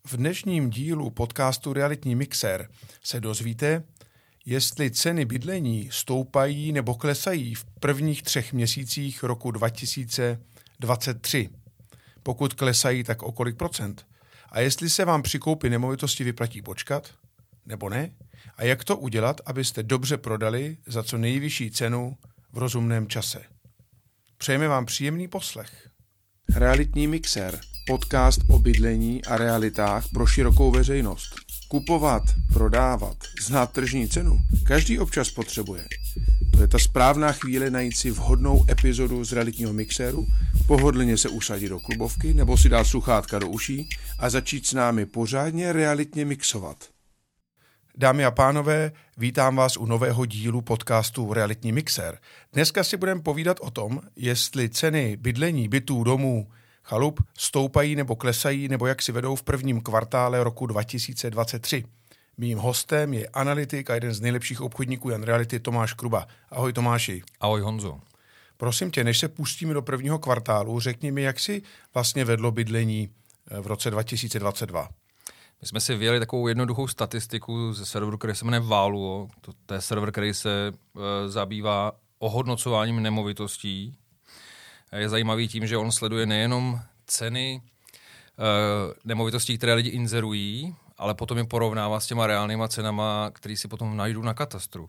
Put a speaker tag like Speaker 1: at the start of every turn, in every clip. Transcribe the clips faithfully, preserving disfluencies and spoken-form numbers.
Speaker 1: V dnešním dílu podcastu Realitní mixer se dozvíte, jestli ceny bydlení stoupají nebo klesají v prvních třech měsících roku dva tisíce dvacet tři. Pokud klesají, tak o kolik procent? A jestli se vám při koupi nemovitosti vyplatí počkat, nebo ne? A jak to udělat, abyste dobře prodali za co nejvyšší cenu v rozumném čase? Přejeme vám příjemný poslech. Realitní mixer. Podcast o bydlení a realitách pro širokou veřejnost. Kupovat, prodávat, znát tržní cenu. Každý občas potřebuje. To je ta správná chvíle najít si vhodnou epizodu z realitního mixéru, pohodlně se usadit do klubovky nebo si dát sluchátka do uší a začít s námi pořádně realitně mixovat. Dámy a pánové, vítám vás u nového dílu podcastu Realitní mixér. Dneska si budeme povídat o tom, jestli ceny bydlení, bytů, domů, chalup stoupají nebo klesají, nebo jak si vedou v prvním kvartále roku dva tisíce dvacet tři. Mým hostem je analytik a jeden z nejlepších obchodníků Jan Reality Tomáš Kruba. Ahoj Tomáši.
Speaker 2: Ahoj Honzo.
Speaker 1: Prosím tě, než se pustíme do prvního kvartálu, řekni mi, jak si vlastně vedlo bydlení v roce dva tisíce dvacet dva.
Speaker 2: My jsme si vyjeli takovou jednoduchou statistiku ze serveru, který se jmenuje Valuo. To, to je server, který se e, zabývá ohodnocováním nemovitostí. Je zajímavý tím, že on sleduje nejenom ceny e, nemovitostí, které lidi inzerují, ale potom je porovnává s těma reálnýma cenama, které si potom najdou na katastru.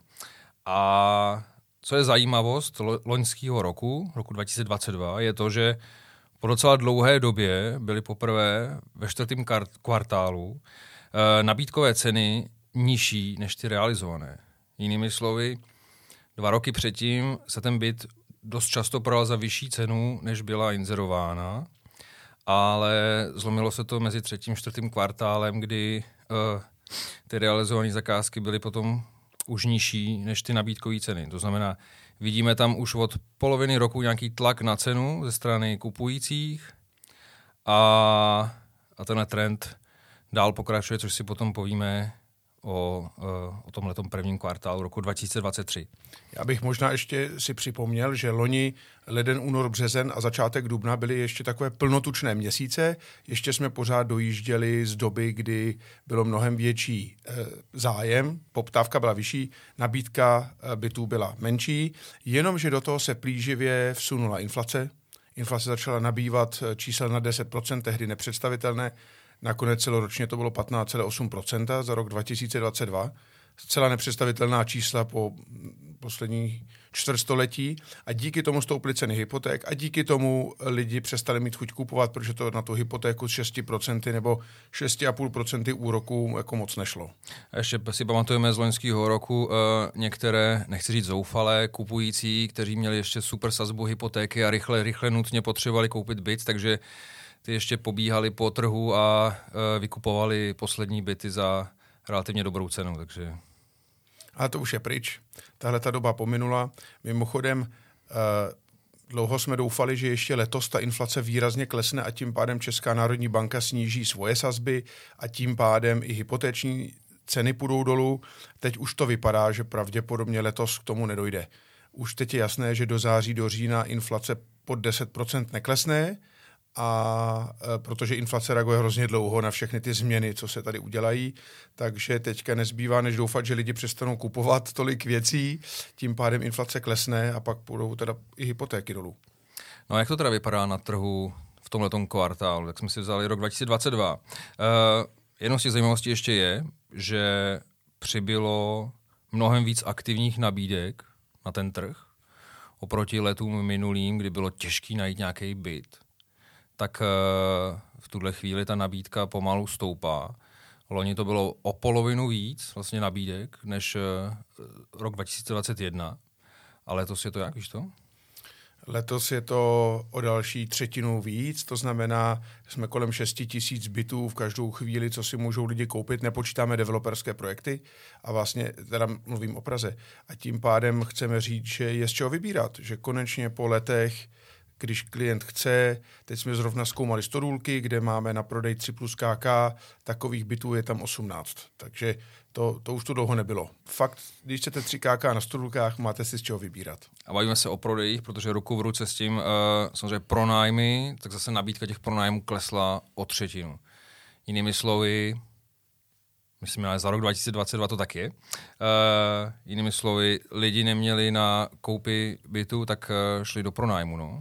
Speaker 2: A co je zajímavost lo, loňského roku, roku dva tisíce dvacet dva, je to, že po docela dlouhé době byly poprvé ve čtvrtém kvartálu e, nabídkové ceny nižší než ty realizované. Jinými slovy, dva roky předtím se ten byt dost často prodal za vyšší cenu, než byla inzerována, ale zlomilo se to mezi třetím a čtvrtým kvartálem, kdy uh, ty realizované zakázky byly potom už nižší než ty nabídkové ceny. To znamená, vidíme tam už od poloviny roku nějaký tlak na cenu ze strany kupujících a, a ten trend dál pokračuje, což si potom povíme o, o tomhletom prvním kvartálu roku dva tisíce dvacet tři.
Speaker 1: Já bych možná ještě si připomněl, že loni leden, únor, březen a začátek dubna byly ještě takové plnotučné měsíce. Ještě jsme pořád dojížděli z doby, kdy bylo mnohem větší e, zájem, poptávka byla vyšší, nabídka e, bytů byla menší, jenomže do toho se plíživě vsunula inflace. Inflace začala nabývat čísel na deset procent, tehdy nepředstavitelné. Nakonec celoročně to bylo patnáct celá osm procenta za rok dva tisíce dvacet dva. Zcela nepředstavitelná čísla po poslední čtvrtstoletí a díky tomu stouply ceny hypoték a díky tomu lidi přestali mít chuť kupovat, protože to na tu hypotéku s šest procent nebo šest celá pět procenta úroků jako moc nešlo.
Speaker 2: A ještě si pamatujeme z loňského roku uh, některé, nechci říct zoufalé, kupující, kteří měli ještě super sazbu hypotéky a rychle, rychle nutně potřebovali koupit byt, takže ty ještě pobíhali po trhu a uh, vykupovali poslední byty za relativně dobrou cenu, takže...
Speaker 1: Ale to už je pryč. Tahle ta doba pominula. Mimochodem, uh, dlouho jsme doufali, že ještě letos ta inflace výrazně klesne a tím pádem Česká národní banka sníží svoje sazby a tím pádem i hypotéční ceny půjdou dolů. Teď už to vypadá, že pravděpodobně letos k tomu nedojde. Už teď je jasné, že do září, do října inflace pod deset procent neklesne, a e, protože inflace reaguje hrozně dlouho na všechny ty změny, co se tady udělají, takže teďka nezbývá, než doufat, že lidi přestanou kupovat tolik věcí, tím pádem inflace klesne a pak půjdou teda i hypotéky dolů.
Speaker 2: No a jak to teda vypadá na trhu v tomhletom kvartálu? Tak jsme si vzali rok dva tisíce dvacet dva. Uh, jednou z těch zajímavostí ještě je, že přibylo mnohem víc aktivních nabídek na ten trh oproti letům minulým, kdy bylo těžké najít nějaký byt. Tak v tuhle chvíli ta nabídka pomalu stoupá. Loni to bylo o polovinu víc vlastně nabídek než rok dva tisíce dvacet jedna. A letos je to jak, víš to?
Speaker 1: Letos je to o další třetinu víc, to znamená, že jsme kolem šest tisíc bytů v každou chvíli, co si můžou lidi koupit, nepočítáme developerské projekty a vlastně, teda mluvím o Praze. A tím pádem chceme říct, že je z čeho vybírat, že konečně po letech, když klient chce, teď jsme zrovna zkoumali Stodůlky, kde máme na prodej tři plus K K, takových bytů je tam osmnáct. Takže to, to už tu dlouho nebylo. Fakt, když chcete tři K K na Stodůlkách, máte si z čeho vybírat.
Speaker 2: A bavíme se o prodejích, protože ruku v ruce s tím uh, samozřejmě pronájmy, tak zase nabídka těch pronájmů klesla o třetinu. Jinými slovy, myslím, ale za rok dva tisíce dvacet dva to tak je. Uh, jinými slovy, lidi neměli na koupi bytu, tak uh, šli do pronájmu, no.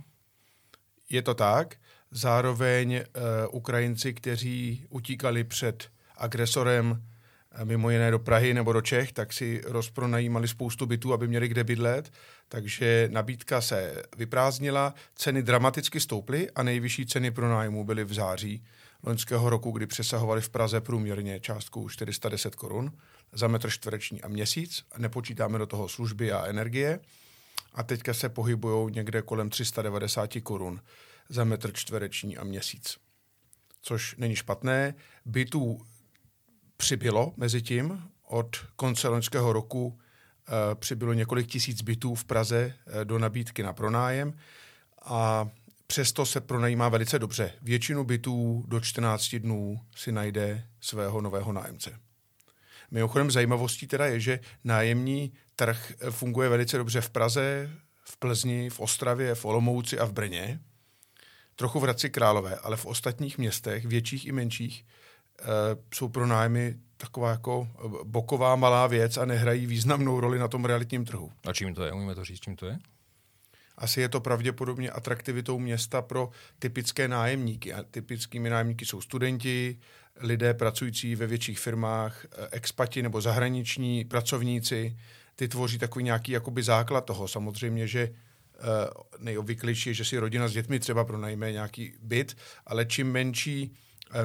Speaker 1: Je to tak. Zároveň uh, Ukrajinci, kteří utíkali před agresorem uh, mimo jiné do Prahy nebo do Čech, tak si rozpronajímali spoustu bytů, aby měli kde bydlet. Takže nabídka se vyprázdnila, ceny dramaticky stouply a nejvyšší ceny pronájmu byly v září loňského roku, kdy přesahovaly v Praze průměrně částku čtyři sta deset korun za metr čtvereční a měsíc. Nepočítáme do toho služby a energie. A teďka se pohybují někde kolem tři sta devadesát korun za metr čtvereční a měsíc. Což není špatné. Bytů přibylo mezi tím. Od konce loňského roku uh, přibylo několik tisíc bytů v Praze uh, do nabídky na pronájem a přesto se pronajímá velice dobře. Většinu bytů do čtrnácti dnů si najde svého nového nájemce. Mimochodem zajímavostí teda je, že nájemní trh funguje velice dobře v Praze, v Plzni, v Ostravě, v Olomouci a v Brně. Trochu v Hradci Králové, ale v ostatních městech, větších i menších, e, jsou pronájmy taková jako boková malá věc a nehrají významnou roli na tom realitním trhu.
Speaker 2: A čím to je? Umíme to říct, čím to je?
Speaker 1: Asi je to pravděpodobně atraktivitou města pro typické nájemníky. A typickými nájemníky jsou studenti, lidé pracující ve větších firmách, expati nebo zahraniční pracovníci. Ty tvoří takový nějaký jakoby základ toho. Samozřejmě, že nejobvyklejší je, že si rodina s dětmi třeba pronajme nějaký byt, ale čím menší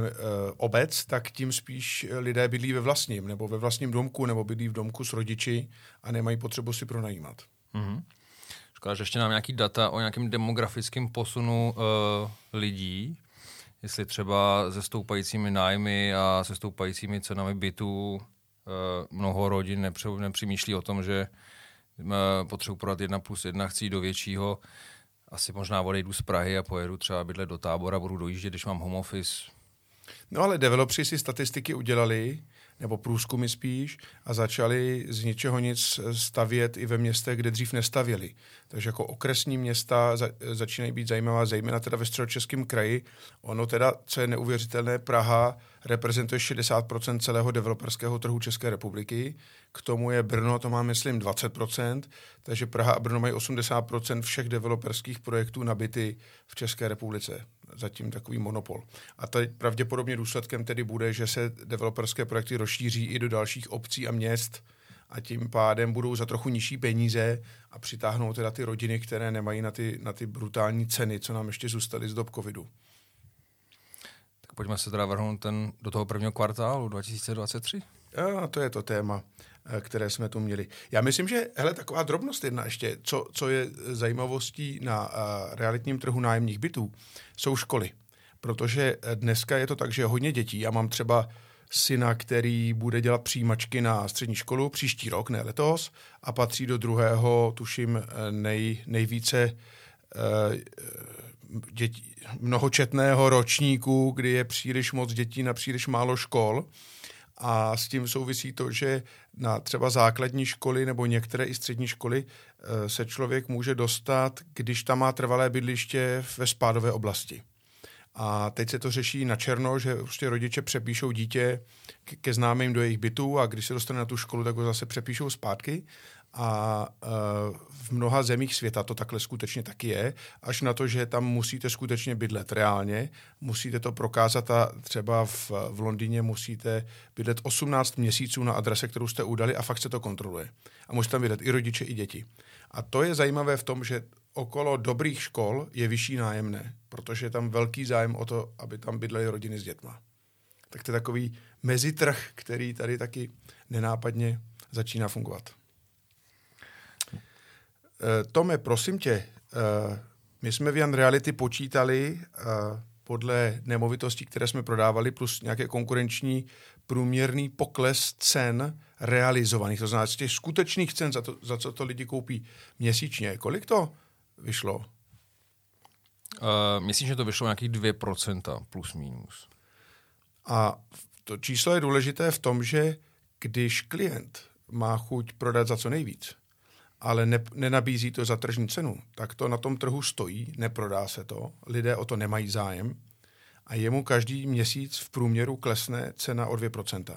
Speaker 1: obec, tak tím spíš lidé bydlí ve vlastním, nebo ve vlastním domku, nebo bydlí v domku s rodiči a nemají potřebu si pronajímat.
Speaker 2: Mm-hmm. Škoda, že ještě nám nějaký data o nějakém demografickém posunu uh, lidí, jestli třeba se stoupajícími nájmy a se stoupajícími cenami bytů uh, mnoho rodin nepře- nepřemýšlí o tom, že uh, potřebuji prodat jedna plus jedna, chci jít do většího, asi možná odejdu z Prahy a pojedu třeba bydlet do Tábora, budu dojíždět, když mám home office.
Speaker 1: No ale developři si statistiky udělali, nebo průzkumy spíš, a začali z ničeho nic stavět i ve městech, kde dřív nestavěli. Takže jako okresní města za, začínají být zajímavá, zejména teda ve Středočeském kraji. Ono teda, co je neuvěřitelné, Praha reprezentuje šedesát procent celého developerského trhu České republiky. K tomu je Brno, to má myslím dvacet procent, takže Praha a Brno mají osmdesát procent všech developerských projektů na byty v České republice. Zatím takový monopol. A tady pravděpodobně důsledkem tedy bude, že se developerské projekty rozšíří i do dalších obcí a měst a tím pádem budou za trochu nižší peníze a přitáhnou teda ty rodiny, které nemají na ty, na ty brutální ceny, co nám ještě zůstaly z dob covidu.
Speaker 2: Tak pojďme se teda vrhnout ten, do toho prvního kvartálu dva tisíce dvacet tři.
Speaker 1: A to je to téma, které jsme tu měli. Já myslím, že hele, taková drobnost jedna ještě, co, co je zajímavostí na uh, realitním trhu nájemních bytů, jsou školy. Protože dneska je to tak, že hodně dětí, já mám třeba syna, který bude dělat přijímačky na střední školu příští rok, ne letos, a patří do druhého, tuším, nej, nejvíce uh, dětí, mnohočetného ročníku, kdy je příliš moc dětí na příliš málo škol. A s tím souvisí to, že na třeba základní školy nebo některé i střední školy se člověk může dostat, když tam má trvalé bydliště ve spádové oblasti. A teď se to řeší na černo, že prostě rodiče přepíšou dítě ke známým do jejich bytů a když se dostane na tu školu, tak ho zase přepíšou zpátky. A uh, v mnoha zemích světa to takhle skutečně taky je, až na to, že tam musíte skutečně bydlet reálně, musíte to prokázat a třeba v, v Londýně musíte bydlet osmnáct měsíců na adrese, kterou jste udali a fakt se to kontroluje. A můžete tam bydlet i rodiče, i děti. A to je zajímavé v tom, že okolo dobrých škol je vyšší nájemné, protože je tam velký zájem o to, aby tam bydlely rodiny s dětma. Tak to je takový mezitrh, který tady taky nenápadně začíná fungovat. Tome, prosím tě, my jsme v Jan Reality počítali podle nemovitostí, které jsme prodávali, plus nějaké konkurenční průměrný pokles cen realizovaných. To znamená z těch skutečných cen, za, to, za co to lidi koupí měsíčně. Kolik to vyšlo?
Speaker 2: Uh, myslím, že to vyšlo nějakých dvě procenta plus minus.
Speaker 1: A to číslo je důležité v tom, že když klient má chuť prodat za co nejvíc, ale ne, nenabízí to za tržní cenu, tak to na tom trhu stojí, neprodá se to, lidé o to nemají zájem a jemu každý měsíc v průměru klesne cena o dvě procenta.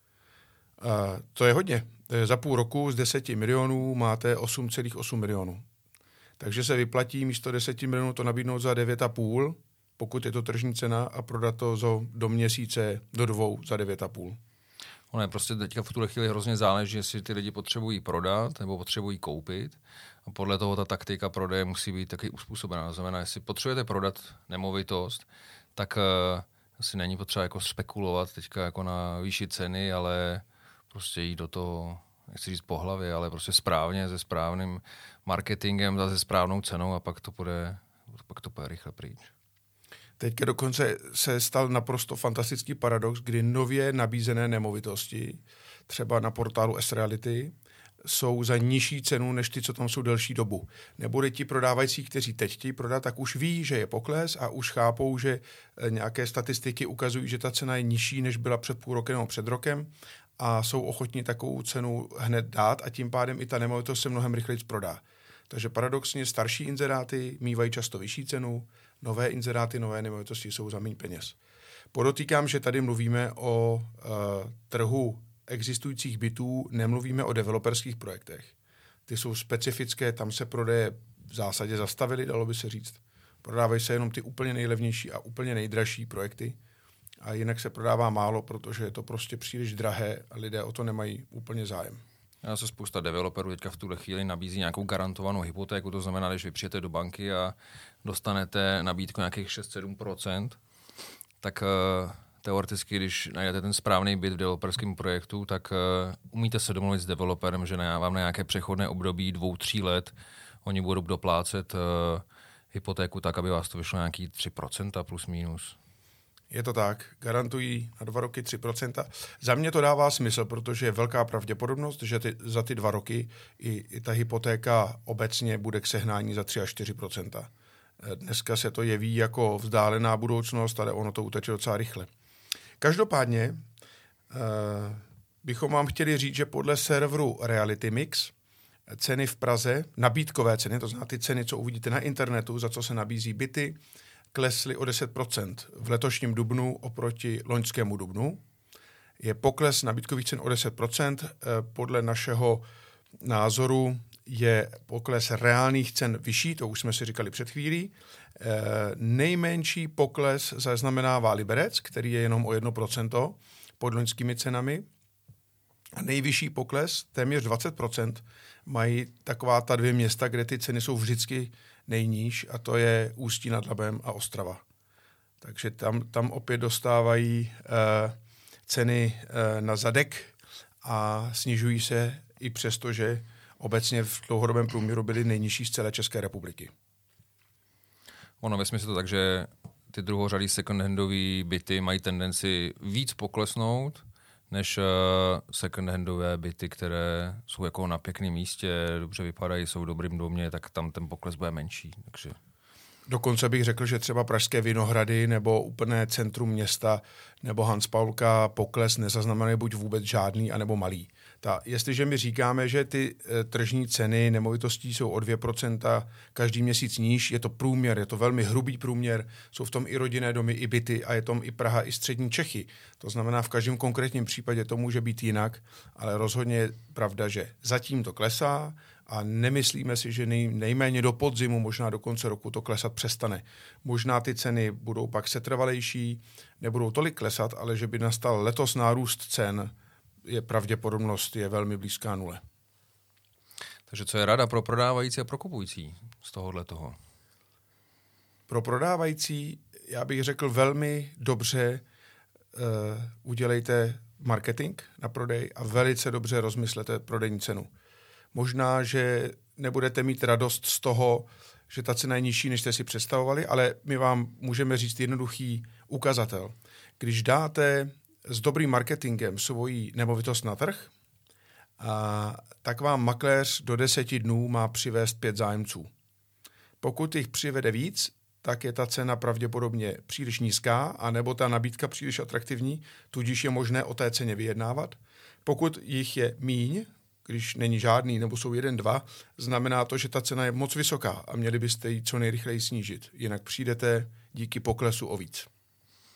Speaker 1: Uh, to je hodně. Za půl roku z deseti milionů máte osm celá osm milionů. Takže se vyplatí místo deseti milionů to nabídnout za devět a půl, pokud je to tržní cena, a prodat to zo, do měsíce, do dvou za devět a půl.
Speaker 2: Ono je prostě teďka v tuhle chvíli hrozně záleží, jestli ty lidi potřebují prodat nebo potřebují koupit. A podle toho ta taktika prodeje musí být taky uspůsobená. To znamená, jestli potřebujete prodat nemovitost, tak uh, asi není potřeba jako spekulovat teďka jako na výši ceny, ale prostě jít do toho, nechci říct po hlavě, ale prostě správně, se správným marketingem, se správnou cenou a pak to půjde, pak to půjde rychle pryč.
Speaker 1: Teďka dokonce se stal naprosto fantastický paradox, kdy nově nabízené nemovitosti, třeba na portálu S-Reality, jsou za nižší cenu, než ty, co tam jsou delší dobu. Nebo ti prodávající, kteří teď chtějí prodat, tak už ví, že je pokles a už chápou, že nějaké statistiky ukazují, že ta cena je nižší, než byla před půl rokem nebo před rokem, a jsou ochotní takovou cenu hned dát a tím pádem i ta nemovitost se mnohem rychleji prodá. Takže paradoxně starší inzeráty mívají často vyšší cenu, nové inzeráty, nové nemovitosti jsou za méně peněz. Podotýkám, že tady mluvíme o uh, trhu existujících bytů, nemluvíme o developerských projektech. Ty jsou specifické, tam se prodeje v zásadě zastavily, dalo by se říct. Prodávají se jenom ty úplně nejlevnější a úplně nejdražší projekty a jinak se prodává málo, protože je to prostě příliš drahé a lidé o to nemají úplně zájem.
Speaker 2: Já se spousta developerů teďka v tuhle chvíli nabízí nějakou garantovanou hypotéku, to znamená, když vy přijete do banky a dostanete nabídku nějakých šest sedm procent, tak uh, teoreticky, když najdete ten správný byt v developerském projektu, tak uh, umíte se domluvit s developerem, že na, vám na nějaké přechodné období dvou, tří let oni budou doplácet uh, hypotéku tak, aby vás to vyšlo nějaký tři procenta plus minus.
Speaker 1: Je to tak, garantují na dva roky tři procenta. Za mě to dává smysl, protože je velká pravděpodobnost, že ty, za ty dva roky i, i ta hypotéka obecně bude k sehnání za tři až čtyři procenta. Dneska se to jeví jako vzdálená budoucnost, ale ono to uteče docela rychle. Každopádně eh, bychom vám chtěli říct, že podle serveru Reality Mix ceny v Praze, nabídkové ceny, to znamená ty ceny, co uvidíte na internetu, za co se nabízí byty, klesly o deset procent v letošním dubnu oproti loňskému dubnu. Je pokles nabídkových cen o deset procent. Podle našeho názoru je pokles reálných cen vyšší, to už jsme si říkali před chvílí. Nejmenší pokles zaznamenává Liberec, který je jenom o jedno procento pod loňskými cenami. A nejvyšší pokles, téměř dvacet procent, mají taková ta dvě města, kde ty ceny jsou vždycky nejníž, a to je Ústí nad Labem a Ostrava. Takže tam, tam opět dostávají uh, ceny uh, na zadek a snižují se i přesto, že obecně v dlouhodobém průměru byly nejnižší z celé České republiky.
Speaker 2: Ono ve smyslu tak, že ty druhořadý second-handové byty mají tendenci víc poklesnout, než uh, second-handové byty, které jsou jako na pěkném místě, dobře vypadají, jsou v dobrým domě, tak tam ten pokles bude menší. Takže...
Speaker 1: Dokonce bych řekl, že třeba Pražské Vinohrady nebo úplné centrum města nebo Hans Paulka pokles nezaznamenají buď vůbec žádný, anebo malý. Ta, jestliže my říkáme, že ty e, tržní ceny nemovitostí jsou o dvě procenta každý měsíc níž, je to průměr, je to velmi hrubý průměr, jsou v tom i rodinné domy, i byty a je tom i Praha, i střední Čechy. To znamená, v každém konkrétním případě to může být jinak, ale rozhodně je pravda, že zatím to klesá a nemyslíme si, že nej, nejméně do podzimu, možná do konce roku to klesat přestane. Možná ty ceny budou pak setrvalejší, nebudou tolik klesat, ale že by nastal letos nárůst cen, je pravděpodobnost je velmi blízká nule.
Speaker 2: Takže co je rada pro prodávající a pro kupující z tohohle toho?
Speaker 1: Pro prodávající, já bych řekl, velmi dobře uh, udělejte marketing na prodej a velice dobře rozmyslete prodejní cenu. Možná, že nebudete mít radost z toho, že ta cena je nižší, než jste si představovali, ale my vám můžeme říct jednoduchý ukazatel. Když dáte s dobrým marketingem svoji nemovitost na trh, a tak vám makléř do deseti dnů má přivést pět zájemců. Pokud jich přivede víc, tak je ta cena pravděpodobně příliš nízká, anebo ta nabídka příliš atraktivní, tudíž je možné o té ceně vyjednávat. Pokud jich je míň, když není žádný, nebo jsou jeden, dva, znamená to, že ta cena je moc vysoká a měli byste ji co nejrychleji snížit. Jinak přijdete díky poklesu o víc.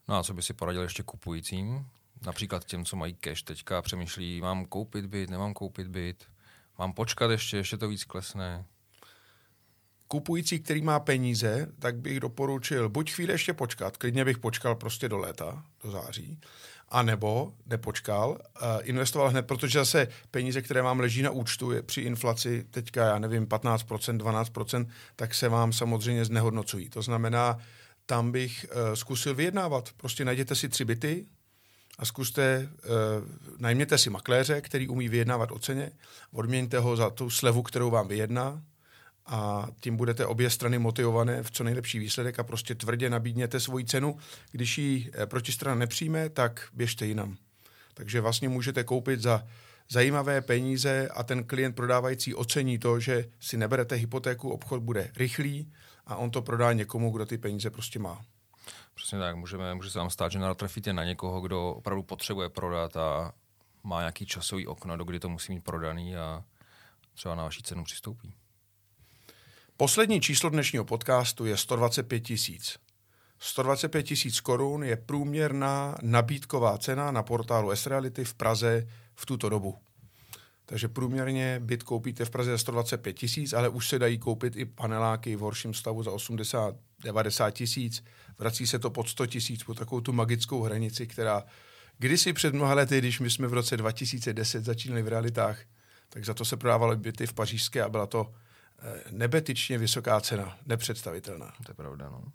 Speaker 2: No a co by si poradil ještě kupujícím? Například těm, co mají cash teďka, přemýšlí, mám koupit byt, nemám koupit byt, mám počkat ještě, ještě to víc klesne.
Speaker 1: Kupující, který má peníze, tak bych doporučil buď chvíli ještě počkat, klidně bych počkal prostě do léta, do září, anebo nepočkal, uh, investoval hned, protože zase peníze, které vám leží na účtu, je při inflaci teďka, já nevím, patnáct procent, dvanáct procent, tak se vám samozřejmě znehodnocují. To znamená, tam bych uh, zkusil vyjednávat. Prostě najděte si tři byty a zkuste, uh, najměte si makléře, který umí vyjednávat o ceně, odměňte ho za tu slevu, kterou vám vyjedná, a tím budete obě strany motivované v co nejlepší výsledek a prostě tvrdě nabídněte svoji cenu. Když ji protistrana nepřijme, tak běžte jinam. Takže vlastně můžete koupit za zajímavé peníze a ten klient prodávající ocení to, že si neberete hypotéku, obchod bude rychlý a on to prodá někomu, kdo ty peníze prostě má.
Speaker 2: Přesně tak, můžeme, může se vám stát, že natrefíte na někoho, kdo opravdu potřebuje prodat a má nějaký časový okno, do kdy to musí mít prodaný a třeba na vaši cenu přistoupí.
Speaker 1: Poslední číslo dnešního podcastu je sto dvacet pět tisíc. sto dvacet pět tisíc korun je průměrná nabídková cena na portálu S-Reality v Praze v tuto dobu. Takže průměrně byt koupíte v Praze za sto dvacet pět tisíc, ale už se dají koupit i paneláky v horším stavu za osmdesát devadesát tisíc. Vrací se to pod sto tisíc, po takovou tu magickou hranici, která kdysi před mnoha lety, když my jsme v roce dva tisíce deset začínali v realitách, tak za to se prodávaly byty v pařížské a byla to nebetyčně vysoká cena, nepředstavitelná.
Speaker 2: To je pravda, no.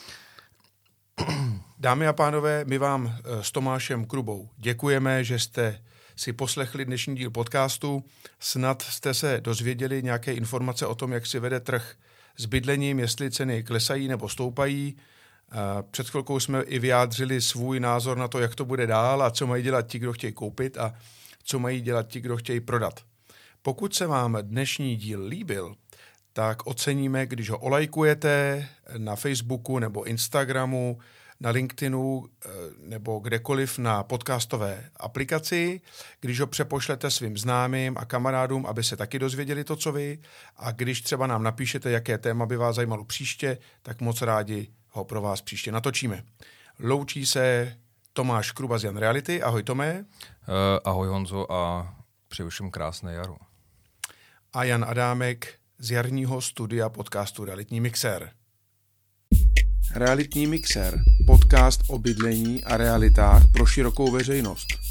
Speaker 1: Dámy a pánové, my vám s Tomášem Krubou děkujeme, že jste si poslechli dnešní díl podcastu. Snad jste se dozvěděli nějaké informace o tom, jak si vede trh s bydlením, jestli ceny klesají nebo stoupají. Před chvilkou jsme i vyjádřili svůj názor na to, jak to bude dál a co mají dělat ti, kdo chtějí koupit a co mají dělat ti, kdo chtějí prodat. Pokud se vám dnešní díl líbil, tak oceníme, když ho olajkujete na Facebooku nebo Instagramu, na LinkedInu nebo kdekoliv na podcastové aplikaci, když ho přepošlete svým známým a kamarádům, aby se taky dozvěděli to, co vy, a když třeba nám napíšete, jaké téma by vás zajímalo příště, tak moc rádi ho pro vás příště natočíme. Loučí se Tomáš Kruba z Jan Reality. Ahoj Tomé.
Speaker 2: Uh, ahoj Honzo a přeju všem krásné jaro.
Speaker 1: A Jan Adámek z jarního studia podcastu Realitní mixér. Realitní mixér, podcast o bydlení a realitách pro širokou veřejnost.